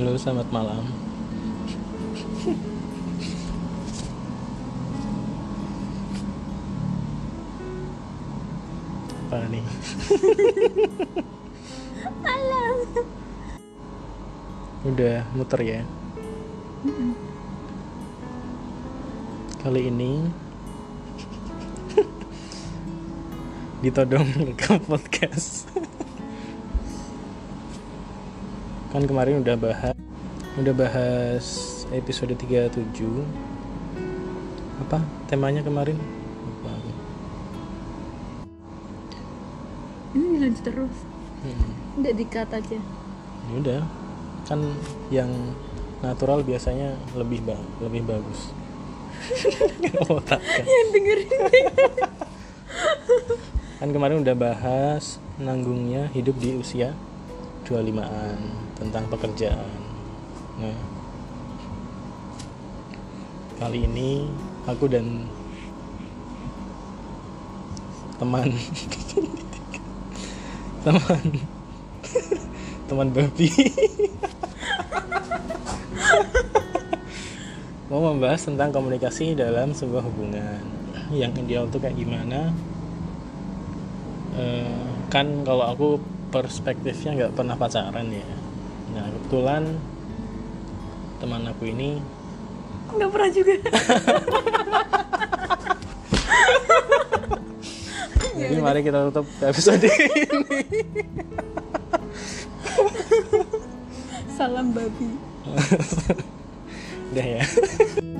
Halo, selamat malam. Apa nih? Malam. Udah muter ya. Kali ini ditodong rekam podcast. Kan kemarin udah bahas episode 37. Apa temanya kemarin? Lupa aku. Ini dilanjut terus. Nggak di-cut aja. Ya udah, kan yang natural biasanya lebih bagus. Otak kan. Yang dengerin. Kan kemarin udah bahas nanggungnya hidup di usia 25-an tentang pekerjaan. Nah, kali ini aku dan teman babi mau membahas tentang komunikasi dalam sebuah hubungan. Yang ideal tuh kayak gimana? Kan kalau aku perspektifnya nggak pernah pacaran ya. Nah kebetulan teman aku ini Nggak pernah juga. jadi mari kita tutup episode ini. Salam babi. Udah ya.